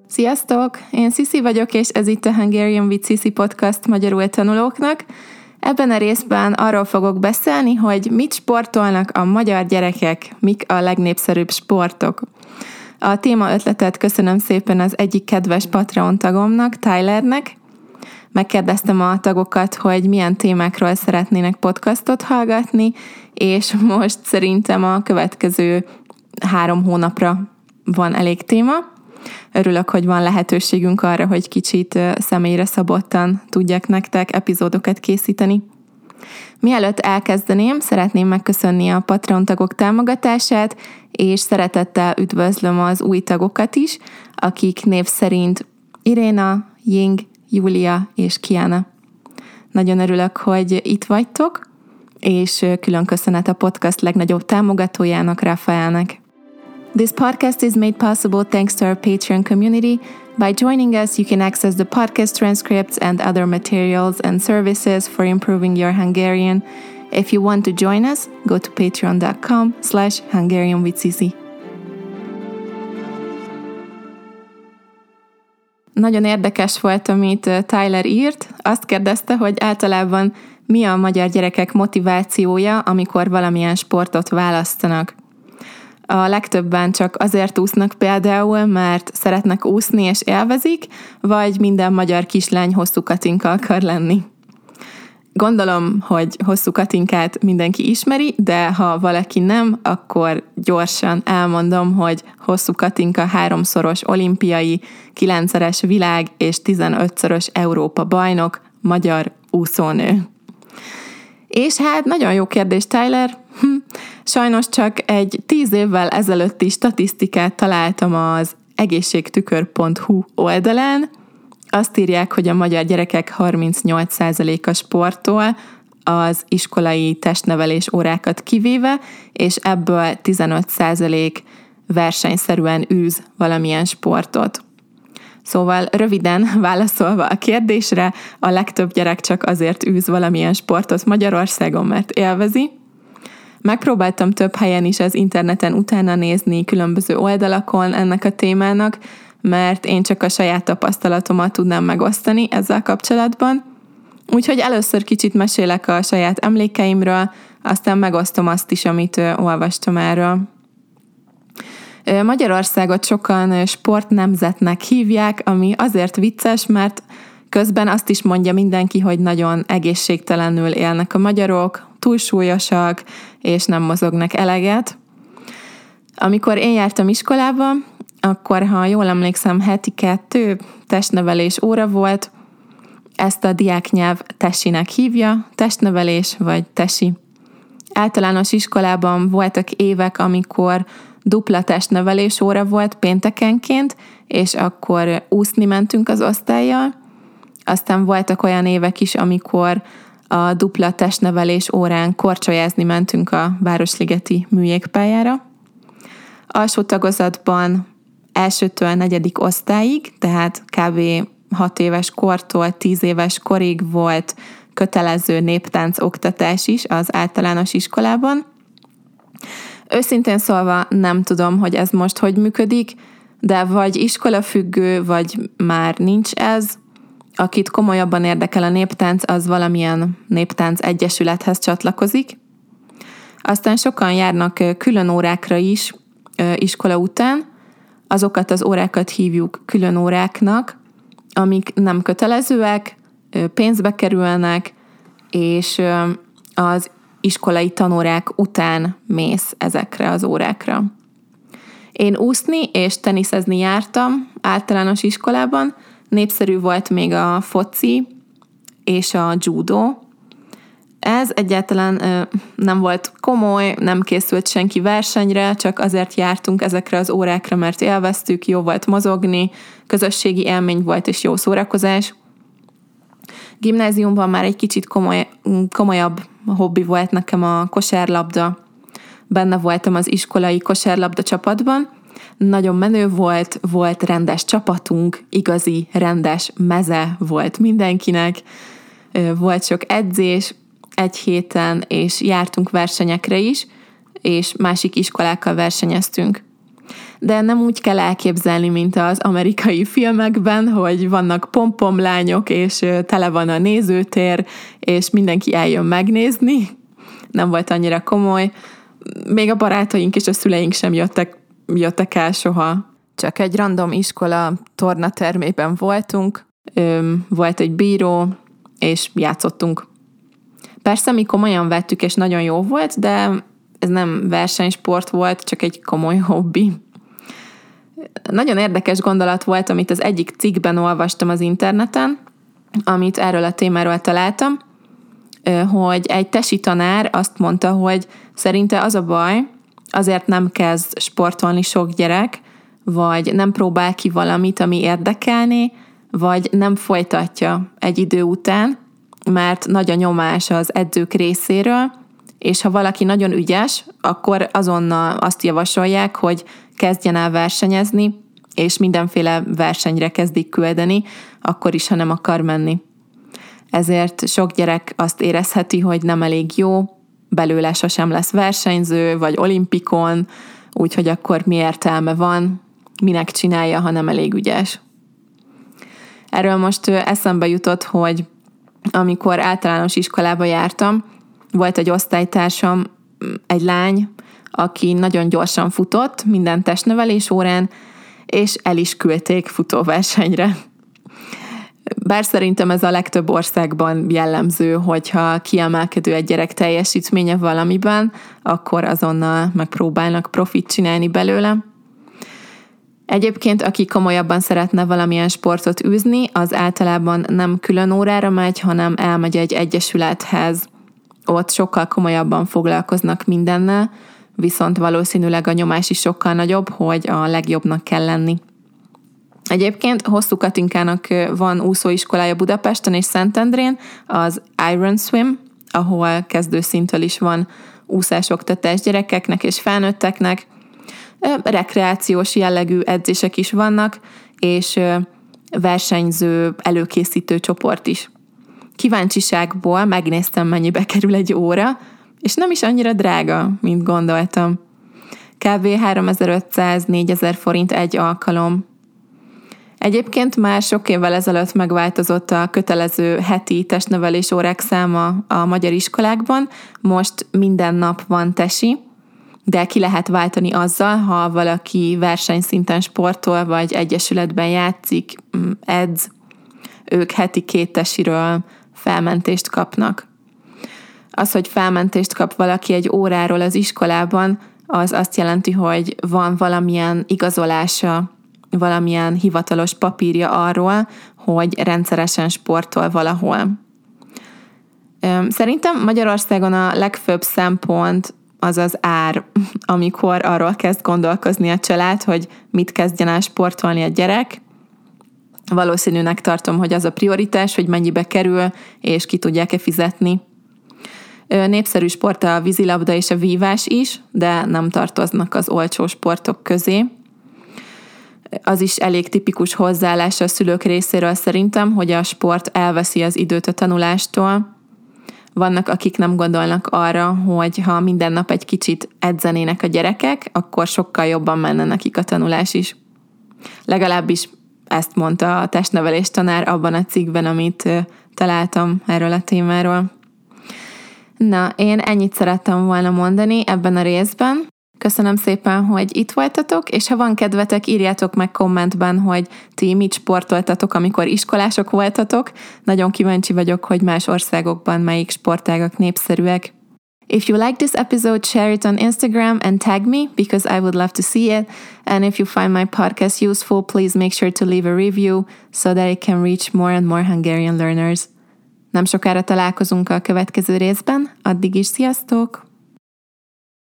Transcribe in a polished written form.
Sziasztok! Én Sziszi vagyok, és ez itt a Hungarian with Sissi podcast magyarul tanulóknak. Ebben a részben arról fogok beszélni, hogy mit sportolnak a magyar gyerekek, mik a legnépszerűbb sportok. A téma ötletet köszönöm szépen az egyik kedves Patreon tagomnak, Tylernek. Megkérdeztem a tagokat, hogy milyen témákról szeretnének podcastot hallgatni, és most szerintem a következő 3 hónapra van elég téma. Örülök, hogy van lehetőségünk arra, hogy kicsit személyre szabottan tudjak nektek epizódokat készíteni. Mielőtt elkezdeném, szeretném megköszönni a Patreon tagok támogatását, és szeretettel üdvözlöm az új tagokat is, akik név szerint Iréna, Ying, Júlia és Kiana. Nagyon örülök, hogy itt vagytok, és külön köszönet a podcast legnagyobb támogatójának, Rafaelnek. This podcast is made possible thanks to our Patreon community. By joining us, you can access the podcast transcripts and other materials and services for improving your Hungarian. If you want to join us, go to patreon.com/HungarianWithSissi. Nagyon érdekes volt, amit Tyler írt. Azt kérdezte, hogy általában mi a magyar gyerekek motivációja, amikor valamilyen sportot választanak. A legtöbben csak azért úsznak például, mert szeretnek úszni és élvezik, vagy minden magyar kislány hosszú Katinka akar lenni. Gondolom, hogy hosszú Katinkát mindenki ismeri, de ha valaki nem, akkor gyorsan elmondom, hogy hosszú Katinka 3-szoros olimpiai, 9-szeres világ és 15-szörös Európa bajnok, magyar úszónő. És hát nagyon jó kérdés, Tyler. Sajnos csak egy 10 évvel ezelőtti statisztikát találtam az egészségtükör.hu oldalán. Azt írják, hogy a magyar gyerekek 38%-a sportol, az iskolai testnevelés órákat kivéve, és ebből 15% versenyszerűen űz valamilyen sportot. Szóval röviden válaszolva a kérdésre, a legtöbb gyerek csak azért űz valamilyen sportot Magyarországon, mert élvezi. Megpróbáltam több helyen is az interneten utána nézni különböző oldalakon ennek a témának, mert én csak a saját tapasztalatomat tudnám megosztani ezzel kapcsolatban. Úgyhogy először kicsit mesélek a saját emlékeimről, aztán megosztom azt is, amit olvastam erről. Magyarországot sokan sportnemzetnek hívják, ami azért vicces, mert közben azt is mondja mindenki, hogy nagyon egészségtelenül élnek a magyarok, túlsúlyosak, és nem mozognak eleget. Amikor én jártam iskolába, akkor, ha jól emlékszem, heti 2 testnevelés óra volt, ezt a diáknyelv tesinek hívja, testnevelés vagy tesi. Általános iskolában voltak évek, amikor dupla testnevelés óra volt péntekenként, és akkor úszni mentünk az osztállyal. Aztán voltak olyan évek is, amikor a dupla testnevelés órán korcsolyázni mentünk a Városligeti műjégpályára. Alsó tagozatban 1-től 4. osztályig, tehát kb. 6 éves kortól 10 éves korig volt kötelező néptánc oktatás is az általános iskolában. Őszintén szólva nem tudom, hogy ez most hogy működik, de vagy iskolafüggő, vagy már nincs ez. Akit komolyabban érdekel a néptánc, az valamilyen néptánc egyesülethez csatlakozik. Aztán sokan járnak külön órákra is iskola után. Azokat az órákat hívjuk külön óráknak, amik nem kötelezőek, pénzbe kerülnek, és az iskolai tanórák után mész ezekre az órákra. Én úszni és teniszezni jártam általános iskolában, népszerű volt még a foci és a judo. Ez egyáltalán nem volt komoly, nem készült senki versenyre, csak azért jártunk ezekre az órákra, mert élveztük, jó volt mozogni, közösségi élmény volt és jó szórakozás. Gimnáziumban már egy kicsit komolyabb hobbi volt nekem a kosárlabda. Benne voltam az iskolai kosárlabda csapatban. Nagyon menő volt rendes csapatunk, igazi rendes meze volt mindenkinek. Volt sok edzés egy héten, és jártunk versenyekre is, és másik iskolákkal versenyeztünk. de nem úgy kell elképzelni, mint az amerikai filmekben, hogy vannak pompomlányok, és tele van a nézőtér, és mindenki eljön megnézni. Nem volt annyira komoly. Még a barátaink és a szüleink sem jöttek el soha. Csak egy random iskola tornatermében voltunk, volt egy bíró, és játszottunk. Persze mi komolyan vettük, és nagyon jó volt, de ez nem versenysport volt, csak egy komoly hobbi. Nagyon érdekes gondolat volt, amit az egyik cikkben olvastam az interneten, amit erről a témáról találtam, hogy egy tesi tanár azt mondta, hogy szerinte az a baj, azért nem kezd sportolni sok gyerek, vagy nem próbál ki valamit, ami érdekelné, vagy nem folytatja egy idő után, mert nagy a nyomás az edzők részéről, és ha valaki nagyon ügyes, akkor azonnal azt javasolják, hogy kezdjen el versenyezni, és mindenféle versenyre kezdik küldeni, akkor is, ha nem akar menni. Ezért sok gyerek azt érezheti, hogy nem elég jó, belőle sosem lesz versenyző, vagy olimpikon, úgyhogy akkor mi értelme van, minek csinálja, ha nem elég ügyes. Erről most eszembe jutott, hogy amikor általános iskolába jártam, volt egy osztálytársam, egy lány, aki nagyon gyorsan futott minden testnevelés órán, és el is küldték futóversenyre. Bár szerintem ez a legtöbb országban jellemző, hogyha kiemelkedő egy gyerek teljesítménye valamiben, akkor azonnal megpróbálnak profit csinálni belőle. Egyébként, aki komolyabban szeretne valamilyen sportot űzni, az általában nem külön órára megy, hanem elmegy egy egyesülethez. Ott sokkal komolyabban foglalkoznak mindennel, viszont valószínűleg a nyomás is sokkal nagyobb, hogy a legjobbnak kell lenni. Egyébként Hosszú Katinkának van úszóiskolája Budapesten és Szentendrén, az Iron Swim, ahol kezdőszinttől is van úszásoktatás gyerekeknek és felnőtteknek. Rekreációs jellegű edzések is vannak, és versenyző, előkészítő csoport is. Kíváncsiságból megnéztem, mennyibe kerül egy óra, és nem is annyira drága, mint gondoltam. Kb. 3500-4000 forint egy alkalom. Egyébként már sok évvel ezelőtt megváltozott a kötelező heti testnevelés órák száma a magyar iskolákban, most minden nap van tesi, de ki lehet váltani azzal, ha valaki versenyszinten sportol, vagy egyesületben játszik, edz, ők heti 2 tesiről felmentést kapnak. Az, hogy felmentést kap valaki egy óráról az iskolában, az azt jelenti, hogy van valamilyen igazolása, valamilyen hivatalos papírja arról, hogy rendszeresen sportol valahol. Szerintem Magyarországon a legfőbb szempont az az ár, amikor arról kezd gondolkozni a család, hogy mit kezdjen el sportolni a gyerek. Valószínűnek tartom, hogy az a prioritás, hogy mennyibe kerül, és ki tudják-e fizetni. Népszerű sport a vízilabda és a vívás is, de nem tartoznak az olcsó sportok közé. Az is elég tipikus hozzáállás a szülők részéről szerintem, hogy a sport elveszi az időt a tanulástól. Vannak, akik nem gondolnak arra, hogy ha minden nap egy kicsit edzenének a gyerekek, akkor sokkal jobban menne nekik a tanulás is. Legalábbis ezt mondta a testnevelés tanár abban a cikkben, amit találtam erről a témáról. Na, én ennyit szerettem volna mondani ebben a részben. Köszönöm szépen, hogy itt voltatok, és ha van kedvetek, írjátok meg kommentben, hogy ti mit sportoltatok, amikor iskolások voltatok. Nagyon kíváncsi vagyok, hogy más országokban melyik sportágak népszerűek. If you like this episode, share it on Instagram and tag me, because I would love to see it. And if you find my podcast useful, please make sure to leave a review so that it can reach more and more Hungarian learners. Nem sokára találkozunk a következő részben, addig is sziasztok!